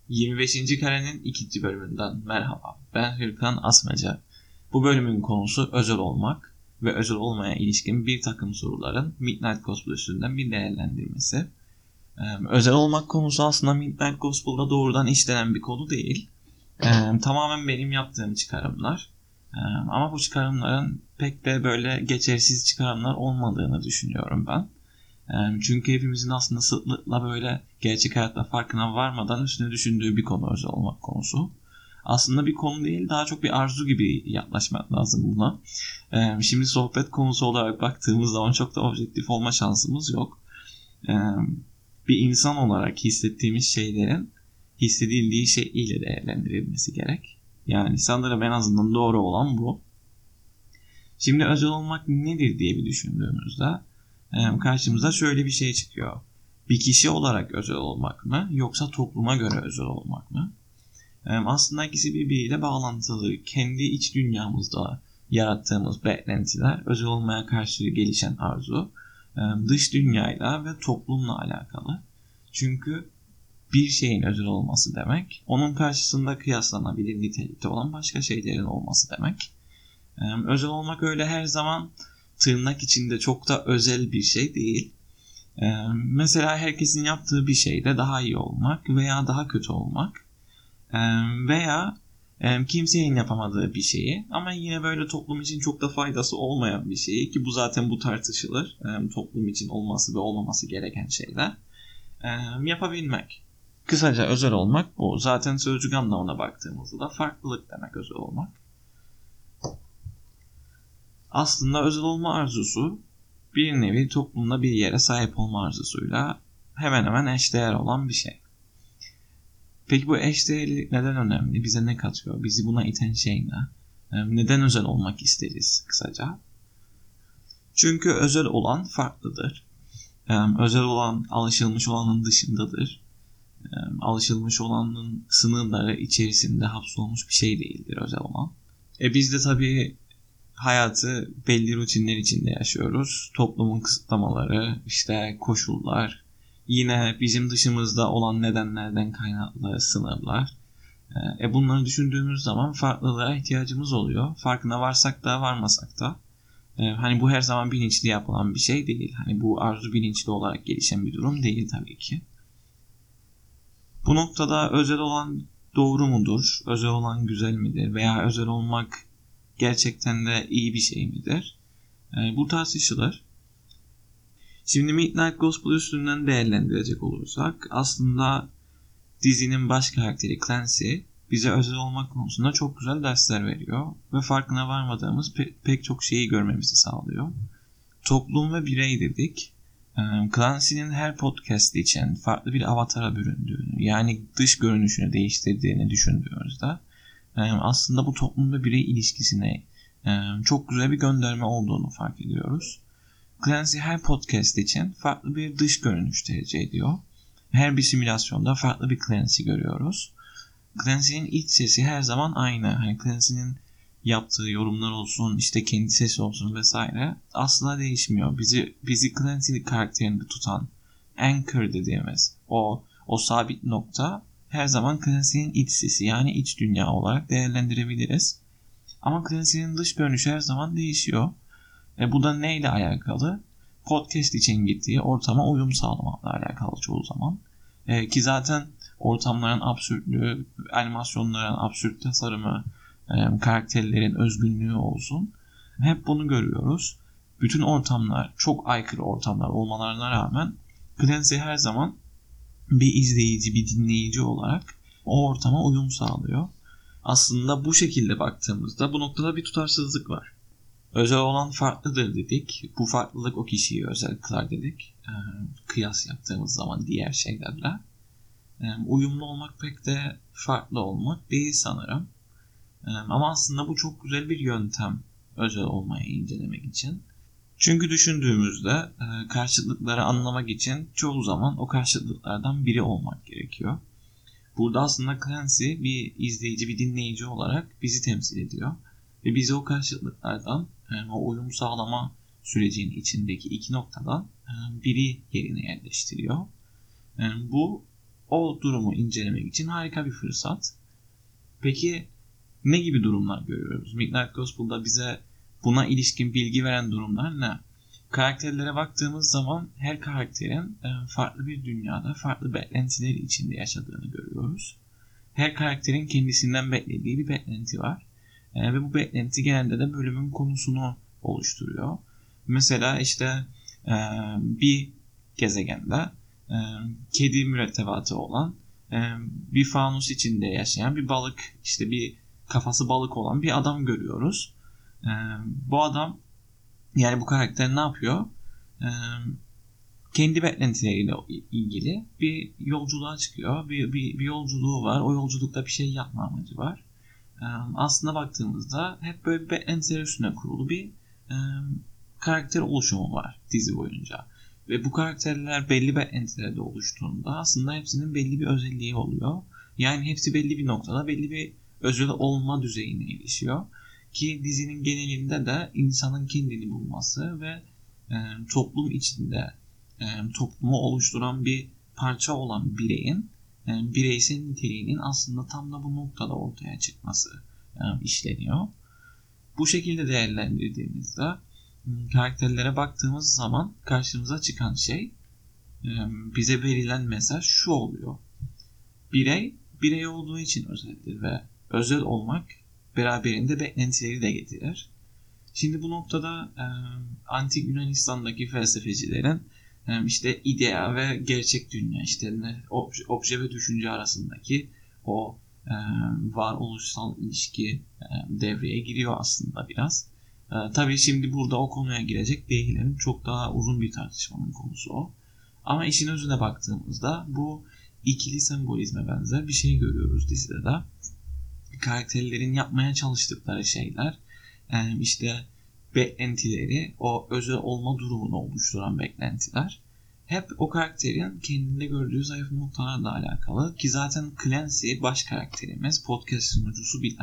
25. karenin 2. bölümünden merhaba. Ben Hürkan Asmaca. Bu bölümün konusu özel olmak ve özel olmaya ilişkin bir takım soruların Midnight Gospel üstünden bir değerlendirmesi. Özel olmak konusu aslında Midnight Gospel'da doğrudan işlenen bir konu değil. Tamamen benim yaptığım çıkarımlar. Ama bu çıkarımların pek de böyle geçersiz çıkarımlar olmadığını düşünüyorum ben. Çünkü hepimizin aslında sıklıkla böyle gerçek hayatta farkına varmadan üstüne düşündüğü bir konu özel olmak konusu. Aslında bir konu değil, daha çok bir arzu gibi yaklaşmak lazım buna. Şimdi sohbet konusu olarak baktığımız zaman çok da objektif olma şansımız yok. Bir insan olarak hissettiğimiz şeylerin hissedildiği şey ile değerlendirilmesi gerek. Yani sanırım en azından doğru olan bu. Şimdi özel olmak nedir diye bir düşündüğümüzde karşımıza şöyle bir şey çıkıyor. Bir kişi olarak özel olmak mı yoksa topluma göre özel olmak mı? Aslında ikisi birbiriyle bağlantılı. Kendi iç dünyamızda yarattığımız beklentiler, özel olmaya karşı gelişen arzu, dış dünyayla ve toplumla alakalı. Çünkü bir şeyin özel olması demek, onun karşısında kıyaslanabilir nitelikte olan başka şeylerin olması demek. Özel olmak öyle her zaman tırnak içinde çok da özel bir şey değil. Mesela herkesin yaptığı bir şeyde daha iyi olmak veya daha kötü olmak veya kimsenin yapamadığı bir şeyi ama yine böyle toplum için çok da faydası olmayan bir şeyi, ki bu zaten bu tartışılır, toplum için olması ve olmaması gereken şeyler, yapabilmek. Kısaca özel olmak bu. Zaten sözcük anlamına baktığımızda da farklılık demek özel olmak. Aslında özel olma arzusu bir nevi toplumda bir yere sahip olma arzusuyla hemen hemen eşdeğer olan bir şey. Peki bu eşdeğerlik neden önemli? Bize ne katıyor? Bizi buna iten şey ne? Neden özel olmak isteriz kısaca? Çünkü özel olan farklıdır. Özel olan alışılmış olanın dışındadır. Alışılmış olanın sınırları içerisinde hapsolmuş bir şey değildir özel olan. Biz de tabii hayatı belli rutinler içinde yaşıyoruz. Toplumun kısıtlamaları, işte koşullar, yine bizim dışımızda olan nedenlerden kaynaklı sınırlar. Bunları düşündüğümüz zaman farklılığa ihtiyacımız oluyor. Farkına varsak da varmasak da. Hani bu her zaman bilinçli yapılan bir şey değil. Hani bu arzu bilinçli olarak gelişen bir durum değil tabii ki. Bu noktada özel olan doğru mudur? Özel olan güzel midir? Veya özel olmak gerçekten de iyi bir şey midir? Bu tartışılır. Şimdi Midnight Gospel üstünden değerlendirecek olursak aslında dizinin baş karakteri Clancy bize özel olmak konusunda çok güzel dersler veriyor ve farkına varmadığımız pek çok şeyi görmemizi sağlıyor. Toplum ve birey dedik. Clancy'nin her podcast için farklı bir avatara büründüğünü, yani dış görünüşünü değiştirdiğini düşündüğümüzde aslında bu toplum ve birey ilişkisine çok güzel bir gönderme olduğunu fark ediyoruz. Clancy her podcast için farklı bir dış görünüş tercih ediyor. Her bir simülasyonda farklı bir Clancy görüyoruz. Clancy'nin iç sesi her zaman aynı. Hani Clancy'nin yaptığı yorumlar olsun, işte kendi sesi olsun vesaire asla değişmiyor. Bizi Clancy karakterinde tutan anchor dediğimiz o sabit nokta her zaman Clancy'nin iç sesi, yani iç dünya olarak değerlendirebiliriz. Ama Clancy'nin dış görünüşü her zaman değişiyor. Bu da neyle alakalı? Podcast için gittiği ortama uyum sağlamakla alakalı çoğu zaman. Ki zaten ortamların absürtlüğü, animasyonların absürt tasarımı, karakterlerin özgünlüğü olsun. Hep bunu görüyoruz. Bütün ortamlar çok aykırı ortamlar olmalarına rağmen Clancy her zaman bir izleyici, bir dinleyici olarak o ortama uyum sağlıyor. Aslında bu şekilde baktığımızda bu noktada bir tutarsızlık var. Özel olan farklıdır dedik. Bu farklılık o kişiyi özel kılar dedik. Kıyas yaptığımız zaman diğer şeylerle. Uyumlu olmak pek de farklı olmak değil sanırım. Ama aslında bu çok güzel bir yöntem özel olmayı incelemek için. Çünkü düşündüğümüzde karşıtlıkları anlamak için çoğu zaman o karşıtlıklardan biri olmak gerekiyor. Burada aslında Clancy bir izleyici, bir dinleyici olarak bizi temsil ediyor. Ve bizi o karşıtlıklardan, o uyum sağlama sürecinin içindeki iki noktadan biri yerine yerleştiriyor. Bu o durumu incelemek için harika bir fırsat. Peki ne gibi durumlar görüyoruz? Midnight Gospel'da bize buna ilişkin bilgi veren durumlar ne? Karakterlere baktığımız zaman her karakterin farklı bir dünyada, farklı beklentileri içinde yaşadığını görüyoruz. Her karakterin kendisinden beklediği bir beklenti var. Ve bu beklenti genelde de bölümün konusunu oluşturuyor. Mesela işte bir gezegende kedi mürettebatı olan bir fanus içinde yaşayan bir balık, işte bir kafası balık olan bir adam görüyoruz. Bu adam, yani bu karakter ne yapıyor? Kendi beklentileriyle ilgili bir yolculuğa çıkıyor. Bir yolculuğu var. O yolculukta bir şey yapma amacı var. Aslında baktığımızda hep böyle bir beklentiler üstüne kurulu bir karakter oluşumu var dizi boyunca. Ve bu karakterler belli beklentilerde oluştuğunda aslında hepsinin belli bir özelliği oluyor. Yani hepsi belli bir noktada belli bir özel olma düzeyine erişiyor. Ki dizinin genelinde de insanın kendini bulması ve toplum içinde toplumu oluşturan bir parça olan bireyin bireysel niteliğinin aslında tam da bu noktada ortaya çıkması işleniyor. Bu şekilde değerlendirdiğimizde karakterlere baktığımız zaman karşımıza çıkan şey, bize verilen mesaj şu oluyor. Birey olduğu için özeldir ve özel olmak beraberinde beklentileri de getirir. Şimdi bu noktada antik Yunanistan'daki felsefecilerin işte idea ve gerçek dünya, işte obje ve düşünce arasındaki o varoluşsal ilişki devreye giriyor aslında biraz. Tabii şimdi burada o konuya girecek değilim. Çok daha uzun bir tartışmanın konusu o. Ama işin özüne baktığımızda bu ikili sembolizme benzer bir şey görüyoruz dizide de. Karakterlerin yapmaya çalıştıkları şeyler, işte beklentileri, o özel olma durumunu oluşturan beklentiler hep o karakterin kendinde gördüğü zayıf noktalarla alakalı. Ki zaten Clancy, baş karakterimiz, podcast sunucusu bile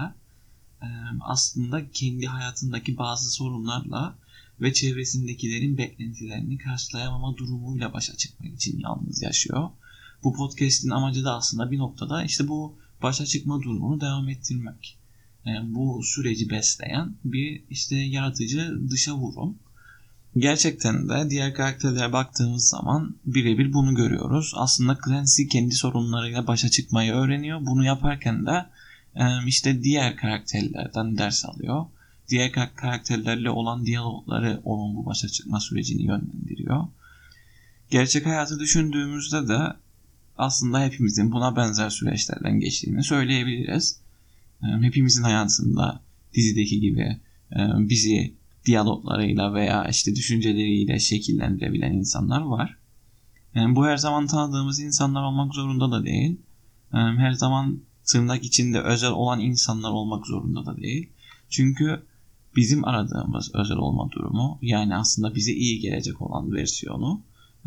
aslında kendi hayatındaki bazı sorunlarla ve çevresindekilerin beklentilerini karşılayamama durumuyla başa çıkmak için yalnız yaşıyor. Bu podcast'in amacı da aslında bir noktada işte bu başa çıkma durumunu devam ettirmek. Bu süreci besleyen bir işte yaratıcı dışa vurum. Gerçekten de diğer karakterlere baktığımız zaman birebir bunu görüyoruz. Aslında Clancy kendi sorunlarıyla başa çıkmayı öğreniyor. Bunu yaparken de işte diğer karakterlerden ders alıyor. Diğer karakterlerle olan diyalogları onun bu başa çıkma sürecini yönlendiriyor. Gerçek hayatı düşündüğümüzde de aslında hepimizin buna benzer süreçlerden geçtiğini söyleyebiliriz. Hepimizin hayatında dizideki gibi bizi diyaloglarıyla veya işte düşünceleriyle şekillendirebilen insanlar var. Bu her zaman tanıdığımız insanlar olmak zorunda da değil. Her zaman tırnak içinde özel olan insanlar olmak zorunda da değil. Çünkü bizim aradığımız özel olma durumu, yani aslında bize iyi gelecek olan versiyonu,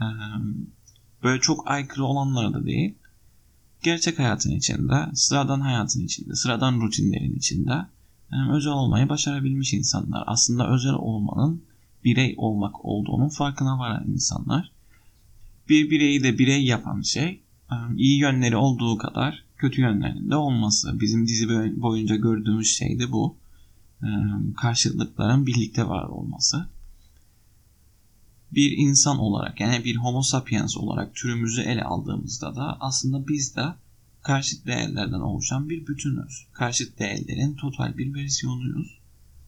böyle çok aykırı olanlar da değil. Gerçek hayatın içinde, sıradan hayatın içinde, sıradan rutinlerin içinde özel olmayı başarabilmiş insanlar. Aslında özel olmanın birey olmak olduğunun farkına varan insanlar. Bir bireyi de birey yapan şey, iyi yönleri olduğu kadar kötü yönlerinin de olması. Bizim dizi boyunca gördüğümüz şey de bu. Karşıtlıkların birlikte var olması. Bir insan olarak, yani bir homo sapiens olarak türümüzü ele aldığımızda da aslında biz de karşıt değerlerden oluşan bir bütünüz. Karşıt değerlerin total bir versiyonuyuz.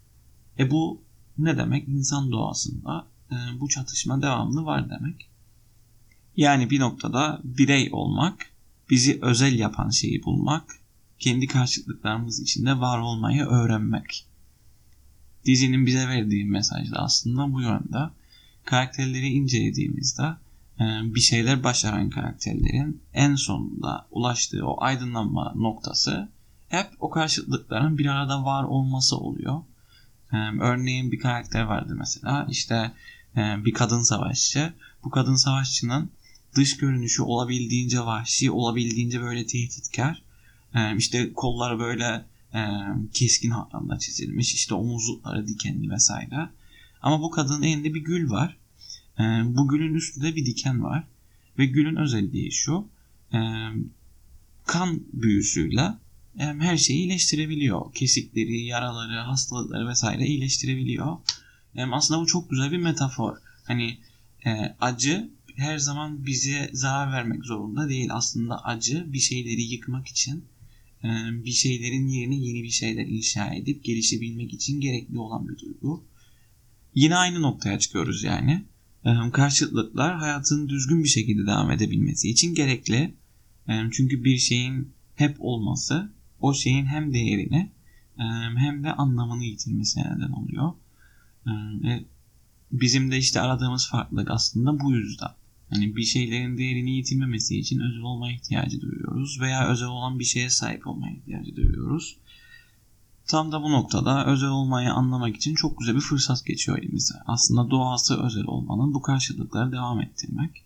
Bu ne demek? İnsan doğasında bu çatışma devamlı var demek. Yani bir noktada birey olmak, bizi özel yapan şeyi bulmak, kendi karşıtlıklarımız içinde var olmayı öğrenmek. Dizinin bize verdiği mesaj da aslında bu yönde. Karakterleri incelediğimizde bir şeyler başaran karakterlerin en sonunda ulaştığı o aydınlanma noktası hep o karşıtlıkların bir arada var olması oluyor. Örneğin bir karakter vardı mesela, işte bir kadın savaşçı. Bu kadın savaşçının dış görünüşü olabildiğince vahşi, olabildiğince böyle tehditkar. İşte kolları böyle keskin hatlarla çizilmiş, işte omuzlukları dikenli vesaire. Ama bu kadının elinde bir gül var. Bu gülün üstünde bir diken var. Ve gülün özelliği şu: kan büyüsüyle her şeyi iyileştirebiliyor. Kesikleri, yaraları, hastalıkları vesaire iyileştirebiliyor. Aslında bu çok güzel bir metafor. Hani acı her zaman bize zarar vermek zorunda değil. Aslında acı bir şeyleri yıkmak için, bir şeylerin yerine yeni bir şeyler inşa edip gelişebilmek için gerekli olan bir duygu. Yine aynı noktaya çıkıyoruz yani. Karşıtlıklar hayatın düzgün bir şekilde devam edebilmesi için gerekli. Çünkü bir şeyin hep olması o şeyin hem değerini hem de anlamını yitirmesine neden oluyor. Bizim de işte aradığımız farklılık aslında bu yüzden. Hani bir şeylerin değerini yitirmemesi için özel olmaya ihtiyacı duyuyoruz veya özel olan bir şeye sahip olmaya ihtiyacı duyuyoruz. Tam da bu noktada özel olmayı anlamak için çok güzel bir fırsat geçiyor elimize. Aslında doğası özel olmanın bu karşıtlıkları devam ettirmek.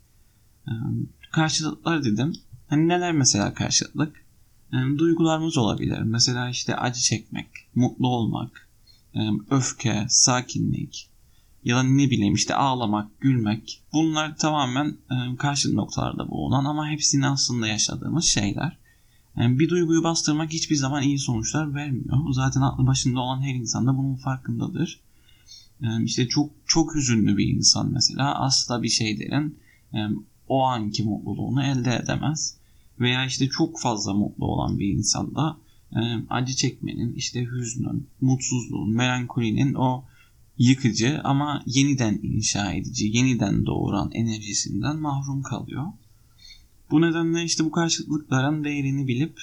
Karşıtlıklar dedim. Hani neler mesela karşıtlık? Duygularımız olabilir. Mesela işte acı çekmek, mutlu olmak, öfke, sakinlik ya da ne bileyim işte ağlamak, gülmek. Bunlar tamamen karşıt noktalarda bulunan ama hepsini aslında yaşadığımız şeyler. Bir duyguyu bastırmak hiçbir zaman iyi sonuçlar vermiyor. Zaten aklı başında olan her insan da bunun farkındadır. İşte çok hüzünlü bir insan mesela asla bir şeylerin o anki mutluluğunu elde edemez. Veya işte çok fazla mutlu olan bir insan da acı çekmenin, işte hüznün, mutsuzluğun, melankolinin o yıkıcı ama yeniden inşa edici, yeniden doğuran enerjisinden mahrum kalıyor. Bu nedenle işte bu karşıtlıkların değerini bilip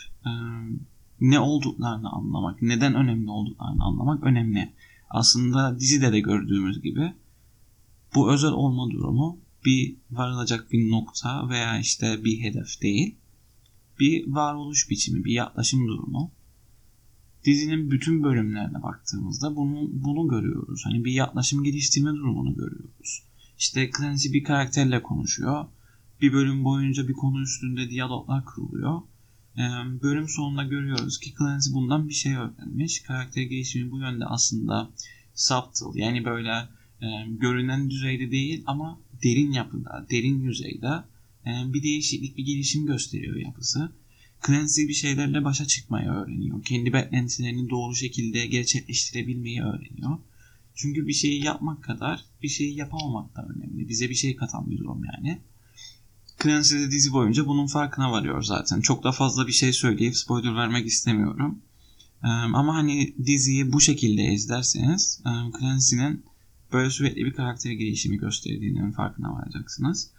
ne olduklarını anlamak, neden önemli olduklarını anlamak önemli. Aslında dizide de gördüğümüz gibi bu özel olma durumu bir varılacak bir nokta veya işte bir hedef değil. Bir varoluş biçimi, bir yaklaşım durumu. Dizinin bütün bölümlerine baktığımızda bunu görüyoruz. Hani bir yaklaşım geliştirme durumunu görüyoruz. İşte Clancy bir karakterle konuşuyor. Bir bölüm boyunca bir konu üstünde diyaloglar kuruluyor. Bölüm sonunda görüyoruz ki Clancy bundan bir şey öğrenmiş. Karakter gelişimi bu yönde aslında subtle, yani böyle görünen düzeyde değil ama derin yapıda, derin yüzeyde bir değişiklik, bir gelişim gösteriyor yapısı. Clancy bir şeylerle başa çıkmayı öğreniyor. Kendi beklentilerini doğru şekilde gerçekleştirebilmeyi öğreniyor. Çünkü bir şeyi yapmak kadar bir şeyi yapamamak da önemli. Bize bir şey katan bir durum yani. Clancy de dizi boyunca bunun farkına varıyor zaten. Çok da fazla bir şey söyleyip spoiler vermek istemiyorum. Ama hani diziyi bu şekilde izlerseniz Clancy'nin böyle sürekli bir karakter gelişimi gösterdiğinin farkına varacaksınız.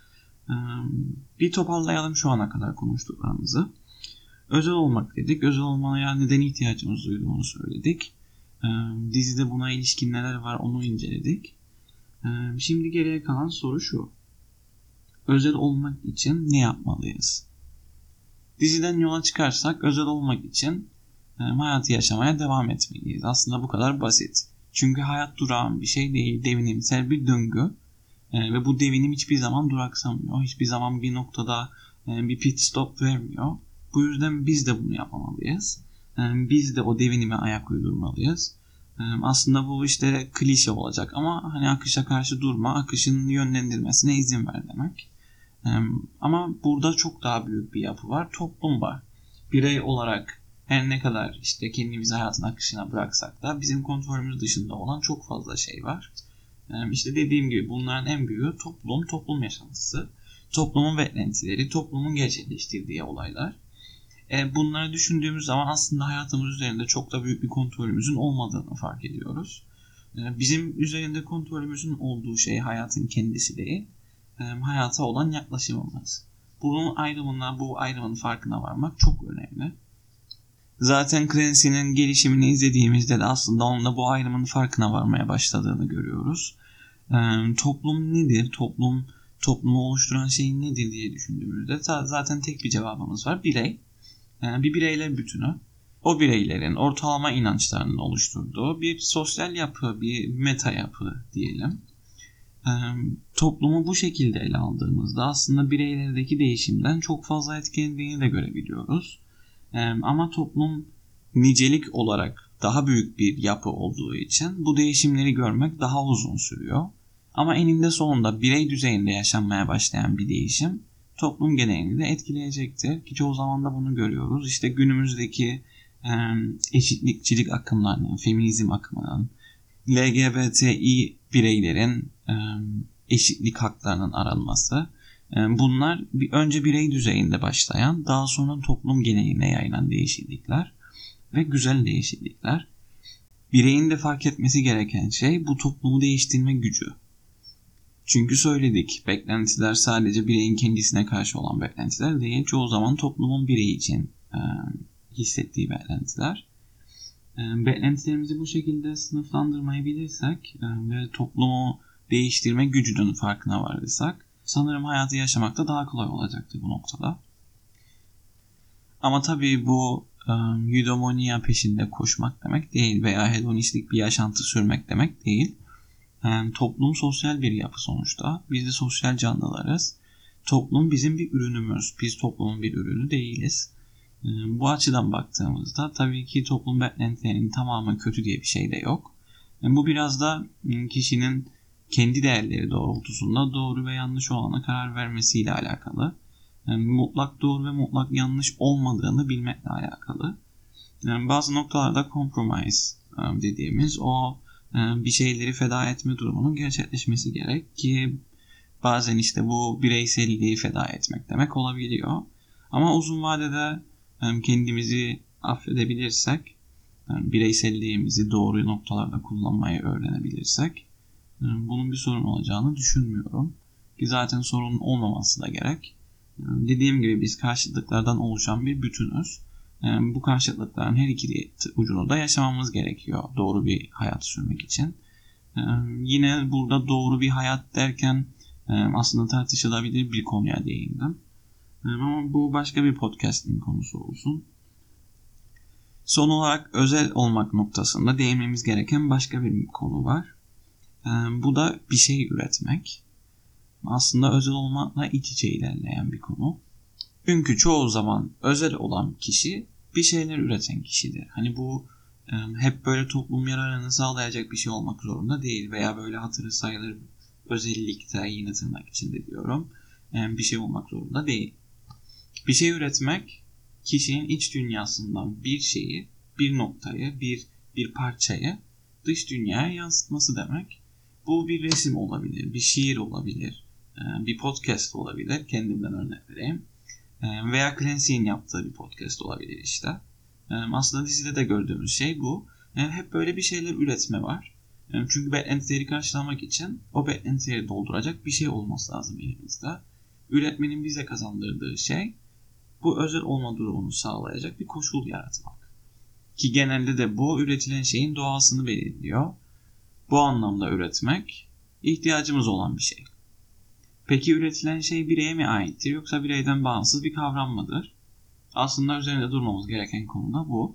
Bir toparlayalım şu ana kadar konuştuklarımızı. Özel olmak dedik. Özel olmaya neden ihtiyacımız duyduğunu söyledik. Dizide buna ilişkin neler var onu inceledik. Şimdi geriye kalan soru şu. Özel olmak için ne yapmalıyız? Diziden yola çıkarsak özel olmak için hayatı yaşamaya devam etmeliyiz. Aslında bu kadar basit. Çünkü hayat durağan bir şey değil, devinimsel bir döngü. Ve bu devinim hiçbir zaman duraksamıyor. Hiçbir zaman bir noktada bir pit stop vermiyor. Bu yüzden biz de bunu yapmalıyız. Biz de o devinime ayak uydurmalıyız. Aslında bu işte klişe olacak ama hani akışa karşı durma, akışın yönlendirmesine izin ver demek. Ama burada çok daha büyük bir yapı var. Toplum var. Birey olarak her ne kadar işte kendimizi hayatın akışına bıraksak da bizim kontrolümüz dışında olan çok fazla şey var. İşte dediğim gibi bunların en büyüğü toplum yaşantısı, toplumun beklentileri, toplumun gerçekleştirdiği olaylar. Bunları düşündüğümüz zaman aslında hayatımız üzerinde çok da büyük bir kontrolümüzün olmadığını fark ediyoruz. Bizim üzerinde kontrolümüzün olduğu şey hayatın kendisi değil, hayata olan yaklaşımımız. Bu ayrımın farkına varmak çok önemli. Zaten Clancy'nin gelişimini izlediğimizde de aslında onunla bu ayrımın farkına varmaya başladığını görüyoruz. Toplum nedir? Toplumu oluşturan şey nedir diye düşündüğümüzde zaten tek bir cevabımız var. Birey. Bir bireyler bütünü. O bireylerin ortalama inançlarının oluşturduğu bir sosyal yapı, bir meta yapı diyelim. Toplumu bu şekilde ele aldığımızda aslında bireylerdeki değişimden çok fazla etkilendiğini de görebiliyoruz. Ama toplum nicelik olarak daha büyük bir yapı olduğu için bu değişimleri görmek daha uzun sürüyor. Ama eninde sonunda birey düzeyinde yaşanmaya başlayan bir değişim toplum genelini de etkileyecektir. Ki çoğu zaman da bunu görüyoruz. İşte günümüzdeki eşitlikçilik akımlarının, feminizm akımının, LGBTİ bireylerin eşitlik haklarının aranması, bunlar önce birey düzeyinde başlayan, daha sonra toplum geneline yayılan değişiklikler ve güzel değişiklikler. Bireyin de fark etmesi gereken şey bu toplumu değiştirme gücü. Çünkü söyledik, beklentiler sadece bireyin kendisine karşı olan beklentiler değil, çoğu zaman toplumun bireyi için hissettiği beklentiler. Beklentilerimizi bu şekilde sınıflandırmayı bilirsek ve toplumu değiştirme gücünün farkına varırsak sanırım hayatı yaşamakta daha kolay olacaktır bu noktada. Ama tabii bu eudaimonia peşinde koşmak demek değil veya hedonistik bir yaşantı sürmek demek değil. Toplum sosyal bir yapı sonuçta. Biz de sosyal canlılarız. Toplum bizim bir ürünümüz. Biz toplumun bir ürünü değiliz. Bu açıdan baktığımızda tabii ki toplum beklentilerinin tamamı kötü diye bir şey de yok. Bu biraz da kişinin kendi değerleri doğrultusunda doğru ve yanlış olana karar vermesiyle alakalı. Mutlak doğru ve mutlak yanlış olmadığını bilmekle alakalı. Bazı noktalarda compromise dediğimiz o bir şeyleri feda etme durumunun gerçekleşmesi gerek ki bazen işte bu bireyselliği feda etmek demek olabiliyor. Ama uzun vadede kendimizi affedebilirsek, bireyselliğimizi doğru noktalarda kullanmayı öğrenebilirsek bunun bir sorun olacağını düşünmüyorum. Ki zaten sorun olmaması da gerek. Dediğim gibi biz karşıtlıklardan oluşan bir bütünüz. Bu karşıtlıkların her iki ucunu da yaşamamız gerekiyor doğru bir hayat sürmek için. Yine burada doğru bir hayat derken aslında tartışılabilir bir konuya değindim. Ama bu başka bir podcast'in konusu olsun. Son olarak özel olmak noktasında değinmemiz gereken başka bir konu var. Bu da bir şey üretmek. Aslında özel olmakla iç içe ilerleyen bir konu. Çünkü çoğu zaman özel olan kişi bir şeyler üreten kişidir. Hani bu hep böyle toplum yararını sağlayacak bir şey olmak zorunda değil veya böyle hatırı sayılır özellikte yine tırnak içinde diyorum bir şey olmak zorunda değil. Bir şey üretmek kişinin iç dünyasından bir şeyi, bir noktayı, bir parçayı dış dünyaya yansıtması demek. Bu bir resim olabilir, bir şiir olabilir, bir podcast olabilir. Kendimden örnek vereyim. Veya Clancy'nin yaptığı bir podcast olabilir işte. Aslında dizide de gördüğümüz şey bu. Hep böyle bir şeyler üretme var. Çünkü beklentileri karşılamak için o beklentileri dolduracak bir şey olması lazım elimizde. Üretmenin bize kazandırdığı şey bu özel olma durumunu sağlayacak bir koşul yaratmak. Ki genelde de bu üretilen şeyin doğasını belirliyor. Bu anlamda üretmek ihtiyacımız olan bir şey. Peki üretilen şey bireye mi aittir yoksa bireyden bağımsız bir kavram mıdır? Aslında üzerinde durmamız gereken konu da bu.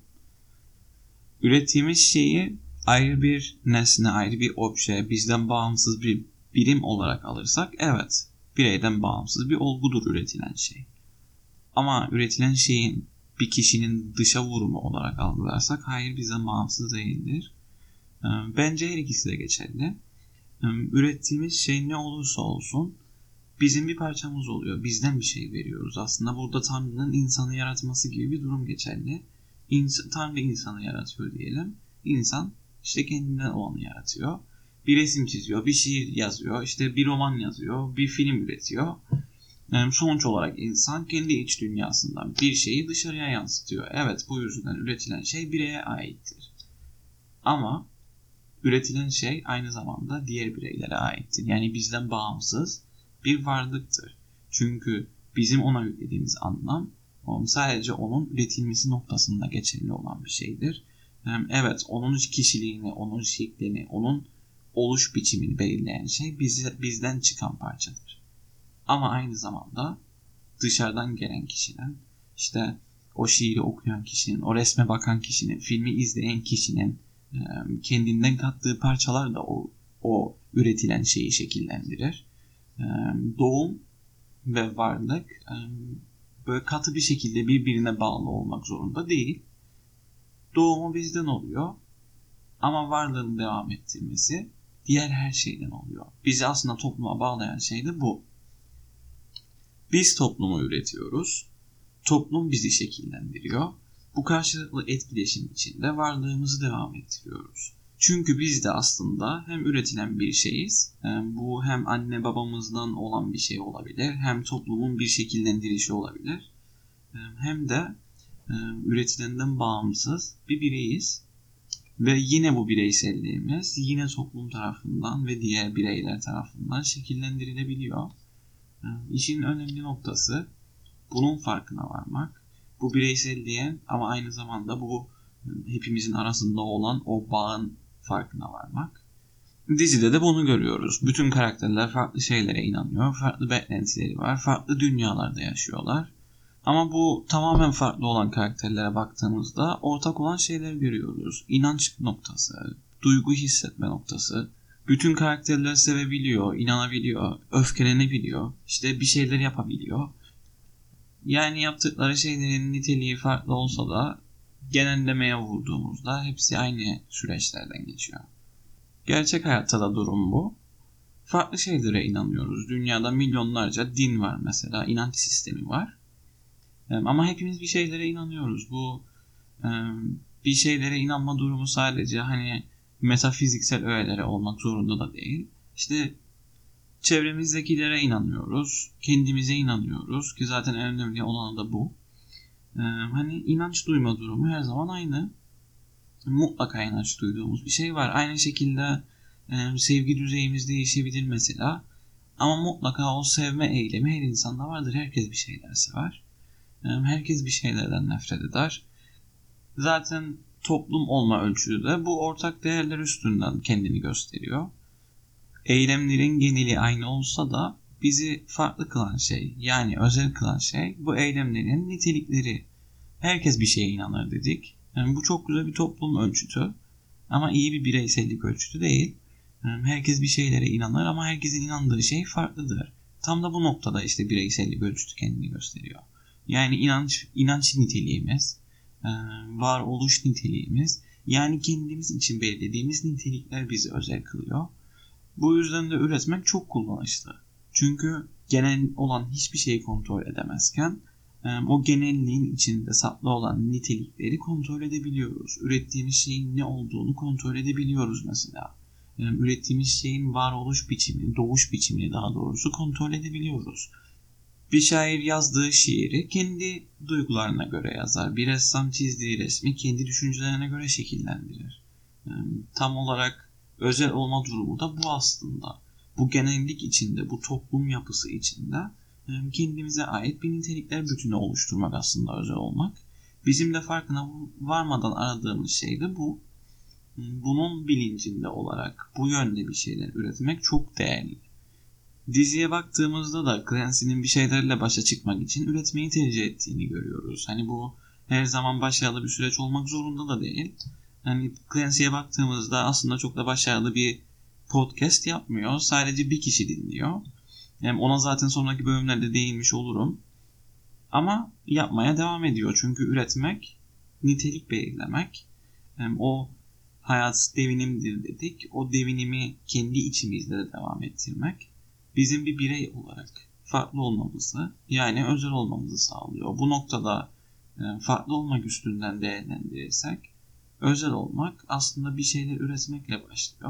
Ürettiğimiz şeyi ayrı bir nesne, ayrı bir obje, bizden bağımsız bir birim olarak alırsak evet, bireyden bağımsız bir olgudur üretilen şey. Ama üretilen şeyin bir kişinin dışa vurumu olarak algılarsak hayır bizden bağımsız değildir. Bence her ikisi de geçerli. Ürettiğimiz şey ne olursa olsun bizim bir parçamız oluyor. Bizden bir şey veriyoruz. Aslında burada Tanrı'nın insanı yaratması gibi bir durum geçerli. Tanrı insanı yaratıyor diyelim. İnsan işte kendinden olanı yaratıyor. Bir resim çiziyor, bir şiir yazıyor, işte bir roman yazıyor, bir film üretiyor. Sonuç olarak insan kendi iç dünyasından bir şeyi dışarıya yansıtıyor. Evet, bu yüzden üretilen şey bireye aittir. Ama üretilen şey aynı zamanda diğer bireylere aittir. Yani bizden bağımsız bir varlıktır. Çünkü bizim ona yüklediğimiz anlam sadece onun üretilmesi noktasında geçerli olan bir şeydir. Evet, onun kişiliğini, onun şeklini, onun oluş biçimini belirleyen şey bizden çıkan parçadır. Ama aynı zamanda dışarıdan gelen kişinin, işte o şiiri okuyan kişinin, o resme bakan kişinin, filmi izleyen kişinin kendinden kattığı parçalar da o üretilen şeyi şekillendirir. Doğum ve varlık böyle katı bir şekilde birbirine bağlı olmak zorunda değil. Doğumu bizden oluyor ama varlığını devam ettirmesi diğer her şeyden oluyor. Bizi aslında topluma bağlayan şey de bu. Biz toplumu üretiyoruz. Toplum bizi şekillendiriyor. Bu karşılıklı etkileşim içinde varlığımızı devam ettiriyoruz. Çünkü biz de aslında hem üretilen bir şeyiz, bu hem anne babamızdan olan bir şey olabilir, hem toplumun bir şekillendirişi olabilir, hem de üretilenden bağımsız bir bireyiz. Ve yine bu bireyselliğimiz yine toplum tarafından ve diğer bireyler tarafından şekillendirilebiliyor. İşin önemli noktası bunun farkına varmak. Bu bireyselliğin ama aynı zamanda bu hepimizin arasında olan o bağın farkına varmak. Dizide de bunu görüyoruz. Bütün karakterler farklı şeylere inanıyor. Farklı beklentileri var. Farklı dünyalarda yaşıyorlar. Ama bu tamamen farklı olan karakterlere baktığımızda ortak olan şeyleri görüyoruz. İnanç noktası, duygu hissetme noktası. Bütün karakterler sevebiliyor, inanabiliyor, öfkelenebiliyor, işte bir şeyler yapabiliyor. Yani yaptıkları şeylerin niteliği farklı olsa da genellemeye vurduğumuzda hepsi aynı süreçlerden geçiyor. Gerçek hayatta da durum bu. Farklı şeylere inanıyoruz. Dünyada milyonlarca din var mesela, inanç sistemi var. Ama hepimiz bir şeylere inanıyoruz. Bu bir şeylere inanma durumu sadece hani metafiziksel öğelere olmak zorunda da değil. İşte çevremizdekilere inanıyoruz. Kendimize inanıyoruz ki zaten en önemli olan da bu. Hani inanç duyma durumu her zaman aynı. Mutlaka inanç duyduğumuz bir şey var. Aynı şekilde sevgi düzeyimiz değişebilir mesela. Ama mutlaka o sevme eylemi her insanda vardır. Herkes bir şeyler sever. Herkes bir şeylerden nefret eder. Zaten toplum olma ölçüsü de bu ortak değerler üstünden kendini gösteriyor. Eylemlerin geneli aynı olsa da bizi farklı kılan şey, yani özel kılan şey bu eylemlerin nitelikleri. Herkes bir şeye inanır dedik. Yani bu çok güzel bir toplum ölçütü ama iyi bir bireysellik ölçütü değil. Herkes bir şeylere inanır ama herkesin inandığı şey farklıdır. Tam da bu noktada işte bireysellik ölçütü kendini gösteriyor. Yani inanç niteliğimiz, varoluş niteliğimiz, yani kendimiz için belirlediğimiz nitelikler bizi özel kılıyor. Bu yüzden de üretmek çok kullanışlı. Çünkü genel olan hiçbir şeyi kontrol edemezken o genelliğin içinde saklı olan nitelikleri kontrol edebiliyoruz. Ürettiğimiz şeyin ne olduğunu kontrol edebiliyoruz mesela. Ürettiğimiz şeyin varoluş biçimi, doğuş biçimini daha doğrusu kontrol edebiliyoruz. Bir şair yazdığı şiiri kendi duygularına göre yazar. Bir ressam çizdiği resmi kendi düşüncelerine göre şekillendirir. Tam olarak özel olma durumu da bu aslında. Bu genellik içinde, bu toplum yapısı içinde kendimize ait bir nitelikler bütünü oluşturmak aslında özel olmak. Bizim de farkına varmadan aradığımız şey de bu. Bunun bilincinde olarak bu yönde bir şeyler üretmek çok değerli. Diziye baktığımızda da Clancy'nin bir şeylerle başa çıkmak için üretmeyi tercih ettiğini görüyoruz. Hani bu her zaman başarılı bir süreç olmak zorunda da değil. Hani Clancy'ye baktığımızda aslında çok da başarılı bir podcast yapmıyor. Sadece bir kişi dinliyor. Yani ona zaten sonraki bölümlerde değinmiş olurum. Ama yapmaya devam ediyor. Çünkü üretmek, nitelik belirlemek, o hayat devinimdir dedik. O devinimi kendi içimizde de devam ettirmek bizim bir birey olarak farklı olmamızı, yani özel olmamızı sağlıyor. Bu noktada farklı olmak üstünden değerlendirirsek, özel olmak aslında bir şeyler üretmekle başlıyor.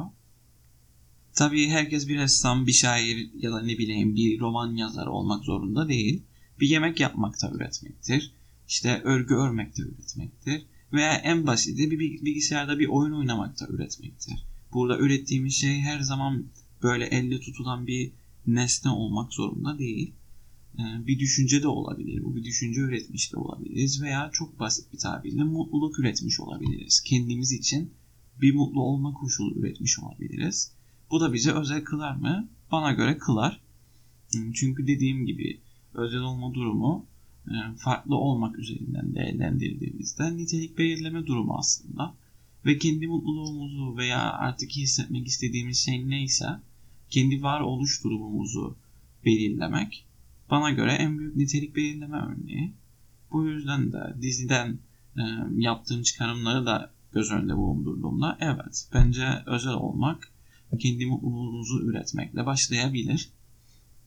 Tabii herkes bir ressam, bir şair ya da ne bileyim bir roman yazarı olmak zorunda değil. Bir yemek yapmak da üretmektir. İşte örgü örmek de üretmektir. Veya en basiti bir bilgisayarda bir oyun oynamak da üretmektir. Burada ürettiğimiz şey her zaman böyle elle tutulan bir nesne olmak zorunda değil. Bir düşünce de olabilir. Bu bir düşünce üretmiş de olabiliriz. Veya çok basit bir tabirle mutluluk üretmiş olabiliriz. Kendimiz için bir mutlu olma koşulu üretmiş olabiliriz. Bu da bizi özel kılar mı? Bana göre kılar. Çünkü dediğim gibi özel olma durumu farklı olmak üzerinden değerlendirdiğimizde nitelik belirleme durumu aslında. Ve kendi mutluluğumuzu veya artık hissetmek istediğimiz şey neyse kendi varoluş durumumuzu belirlemek bana göre en büyük nitelik belirleme örneği. Bu yüzden de diziden yaptığım çıkarımları da göz önünde bulundurduğumda evet bence özel olmak kendi mutluluğunuzu üretmekle başlayabilir.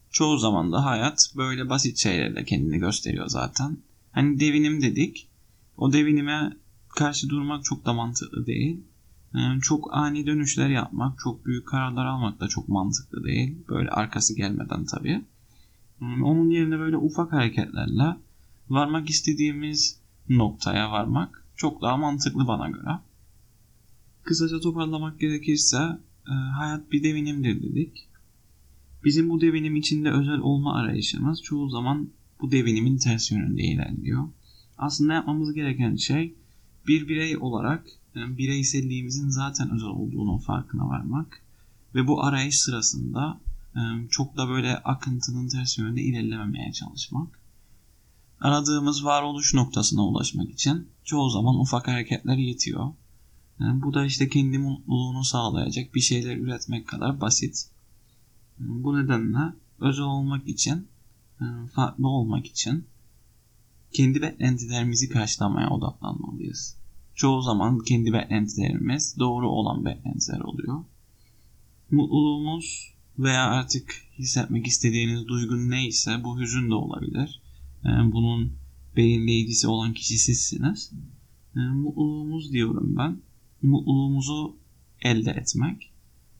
Çoğu zaman da hayat böyle basit şeylerle kendini gösteriyor zaten. Hani devinim dedik. O devinime karşı durmak çok da mantıklı değil. Yani çok ani dönüşler yapmak, çok büyük kararlar almak da çok mantıklı değil. Böyle arkası gelmeden tabii. Onun yerine böyle ufak hareketlerle varmak istediğimiz noktaya varmak çok daha mantıklı bana göre. Kısaca toparlamak gerekirse hayat bir devinimdir dedik. Bizim bu devinim içinde özel olma arayışımız çoğu zaman bu devinimin ters yönünde ilerliyor. Aslında yapmamız gereken şey bir birey olarak bireyselliğimizin zaten özel olduğunun farkına varmak ve bu arayış sırasında çok da böyle akıntının ters yönünde ilerlememeye çalışmak. Aradığımız varoluş noktasına ulaşmak için çoğu zaman ufak hareketler yetiyor. Bu da işte kendi mutluluğunu sağlayacak bir şeyler üretmek kadar basit. Bu nedenle özel olmak için, farklı olmak için kendi beklentilerimizi karşılamaya odaklanmalıyız. Çoğu zaman kendi beklentilerimiz doğru olan beklentiler oluyor. Mutluluğumuz veya artık hissetmek istediğiniz duygun neyse bu hüzün de olabilir. Bunun belirleyicisi olan kişi sizsiniz. Mutluluğumuz diyorum ben. Mutluluğumuzu elde etmek,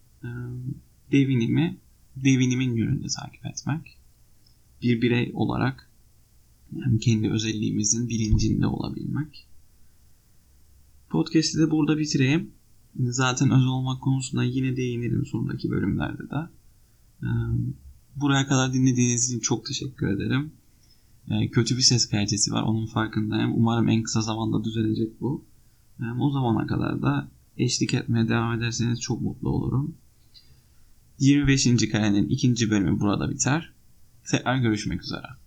devinimin yönünde takip etmek, bir birey olarak yani kendi özelliğimizin bilincinde olabilmek. Podcast'i de burada bitireyim. Zaten özel olmak konusunda yine değinirim sonraki bölümlerde de. Buraya kadar dinlediğiniz için çok teşekkür ederim. Kötü bir ses kalitesi var, onun farkındayım. Umarım en kısa zamanda düzelecek bu. O zamana kadar da eşlik etmeye devam ederseniz çok mutlu olurum. 25. karenin 2. bölümü burada biter. Tekrar görüşmek üzere.